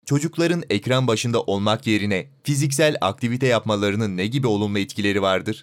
Çocukların ekran başında olmak yerine fiziksel aktivite yapmalarının ne gibi olumlu etkileri vardır?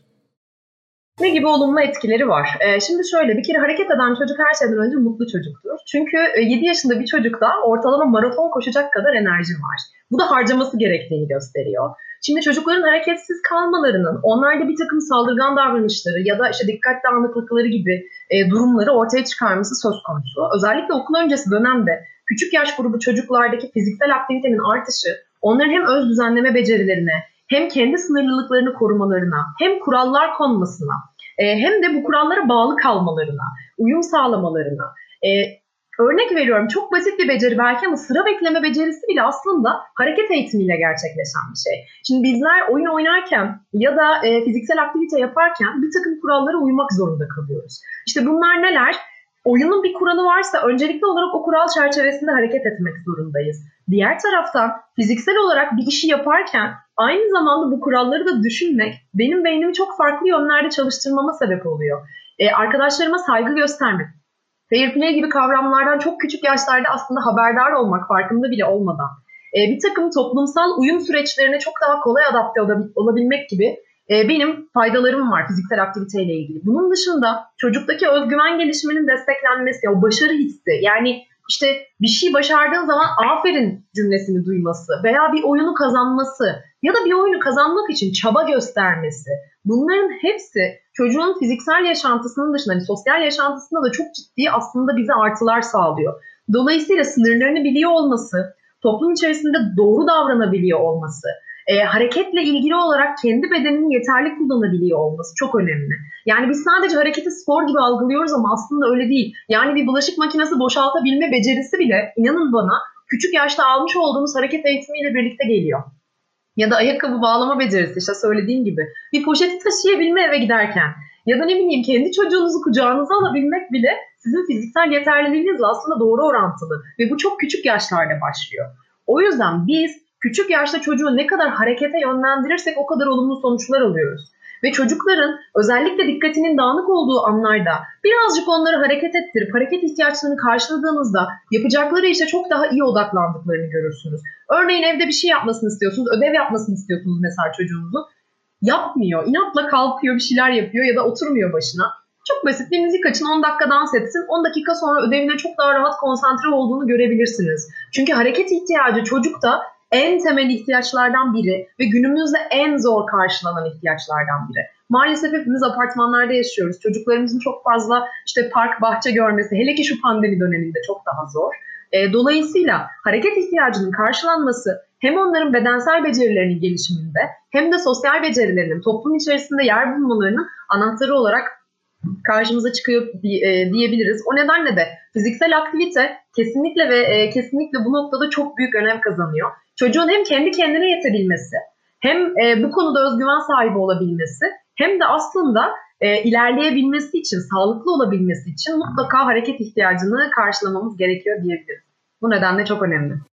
Ne gibi olumlu etkileri var? Şimdi şöyle, bir kere hareket eden çocuk her şeyden önce mutlu çocuktur. Çünkü 7 yaşında bir çocukta ortalama maraton koşacak kadar enerji var. Bu da harcaması gerektiğini gösteriyor. Şimdi çocukların hareketsiz kalmalarının onlarda bir takım saldırgan davranışları ya da işte dikkat dağınıklıkları gibi durumları ortaya çıkarması söz konusu. Özellikle okul öncesi dönemde küçük yaş grubu çocuklardaki fiziksel aktivitenin artışı onların hem öz düzenleme becerilerine hem kendi sınırlılıklarını korumalarına, hem kurallar konmasına, hem de bu kurallara bağlı kalmalarına, uyum sağlamalarına. E, Örnek veriyorum, çok basit bir beceri belki ama sıra bekleme becerisi bile aslında hareket eğitimiyle gerçekleşen bir şey. Şimdi bizler oyun oynarken ya da fiziksel aktivite yaparken bir takım kurallara uymak zorunda kalıyoruz. İşte bunlar neler? Oyunun bir kuralı varsa öncelikli olarak o kural çerçevesinde hareket etmek zorundayız. Diğer taraftan fiziksel olarak bir işi yaparken aynı zamanda bu kuralları da düşünmek benim beynimi çok farklı yönlerde çalıştırmama sebep oluyor. Arkadaşlarıma saygı göstermek, fair play gibi kavramlardan çok küçük yaşlarda aslında haberdar olmak, farkında bile olmadan, bir takım toplumsal uyum süreçlerine çok daha kolay adapte olabilmek gibi benim faydalarım var fiziksel aktiviteyle ilgili. Bunun dışında çocuktaki özgüven gelişiminin desteklenmesi, o başarı hissi, yani işte bir şey başardığın zaman aferin cümlesini duyması veya bir oyunu kazanması ya da bir oyunu kazanmak için çaba göstermesi, bunların hepsi çocuğun fiziksel yaşantısının dışında, hani sosyal yaşantısında da çok ciddi aslında bize artılar sağlıyor. Dolayısıyla sınırlarını biliyor olması, toplum içerisinde doğru davranabiliyor olması, hareketle ilgili olarak kendi bedenini yeterli kullanabiliyor olması çok önemli. Yani biz sadece hareketi spor gibi algılıyoruz ama aslında öyle değil. Yani bir bulaşık makinesi boşaltabilme becerisi bile, inanın bana, küçük yaşta almış olduğumuz hareket eğitimiyle birlikte geliyor. Ya da ayakkabı bağlama becerisi, işte söylediğim gibi. Bir poşeti taşıyabilme eve giderken ya da ne bileyim kendi çocuğunuzu kucağınıza alabilmek bile sizin fiziksel yeterliliğinizle aslında doğru orantılı. Ve bu çok küçük yaşlarda başlıyor. O yüzden biz küçük yaşta çocuğu ne kadar harekete yönlendirirsek o kadar olumlu sonuçlar alıyoruz. Ve çocukların özellikle dikkatinin dağınık olduğu anlarda birazcık onları hareket ettirip hareket ihtiyaçlarını karşıladığınızda yapacakları işe çok daha iyi odaklandıklarını görürsünüz. Örneğin evde bir şey yapmasını istiyorsunuz, ödev yapmasını istiyorsunuz mesela çocuğunuzun. Yapmıyor, inatla kalkıyor, bir şeyler yapıyor ya da oturmuyor başına. Çok basit, bir müzik açın, 10 dakika dans etsin, 10 dakika sonra ödevine çok daha rahat konsantre olduğunu görebilirsiniz. Çünkü hareket ihtiyacı çocukta en temel ihtiyaçlardan biri ve günümüzde en zor karşılanan ihtiyaçlardan biri. Maalesef hepimiz apartmanlarda yaşıyoruz. Çocuklarımızın çok fazla işte park, bahçe görmesi, hele ki şu pandemi döneminde çok daha zor. Dolayısıyla hareket ihtiyacının karşılanması hem onların bedensel becerilerinin gelişiminde hem de sosyal becerilerinin toplum içerisinde yer bulmalarının anahtarı olarak karşımıza çıkıyor diyebiliriz. O nedenle de fiziksel aktivite kesinlikle ve kesinlikle bu noktada çok büyük önem kazanıyor. Çocuğun hem kendi kendine yetebilmesi, hem bu konuda özgüven sahibi olabilmesi, hem de aslında ilerleyebilmesi için, sağlıklı olabilmesi için mutlaka hareket ihtiyacını karşılamamız gerekiyor diyebiliriz. Bu nedenle çok önemli.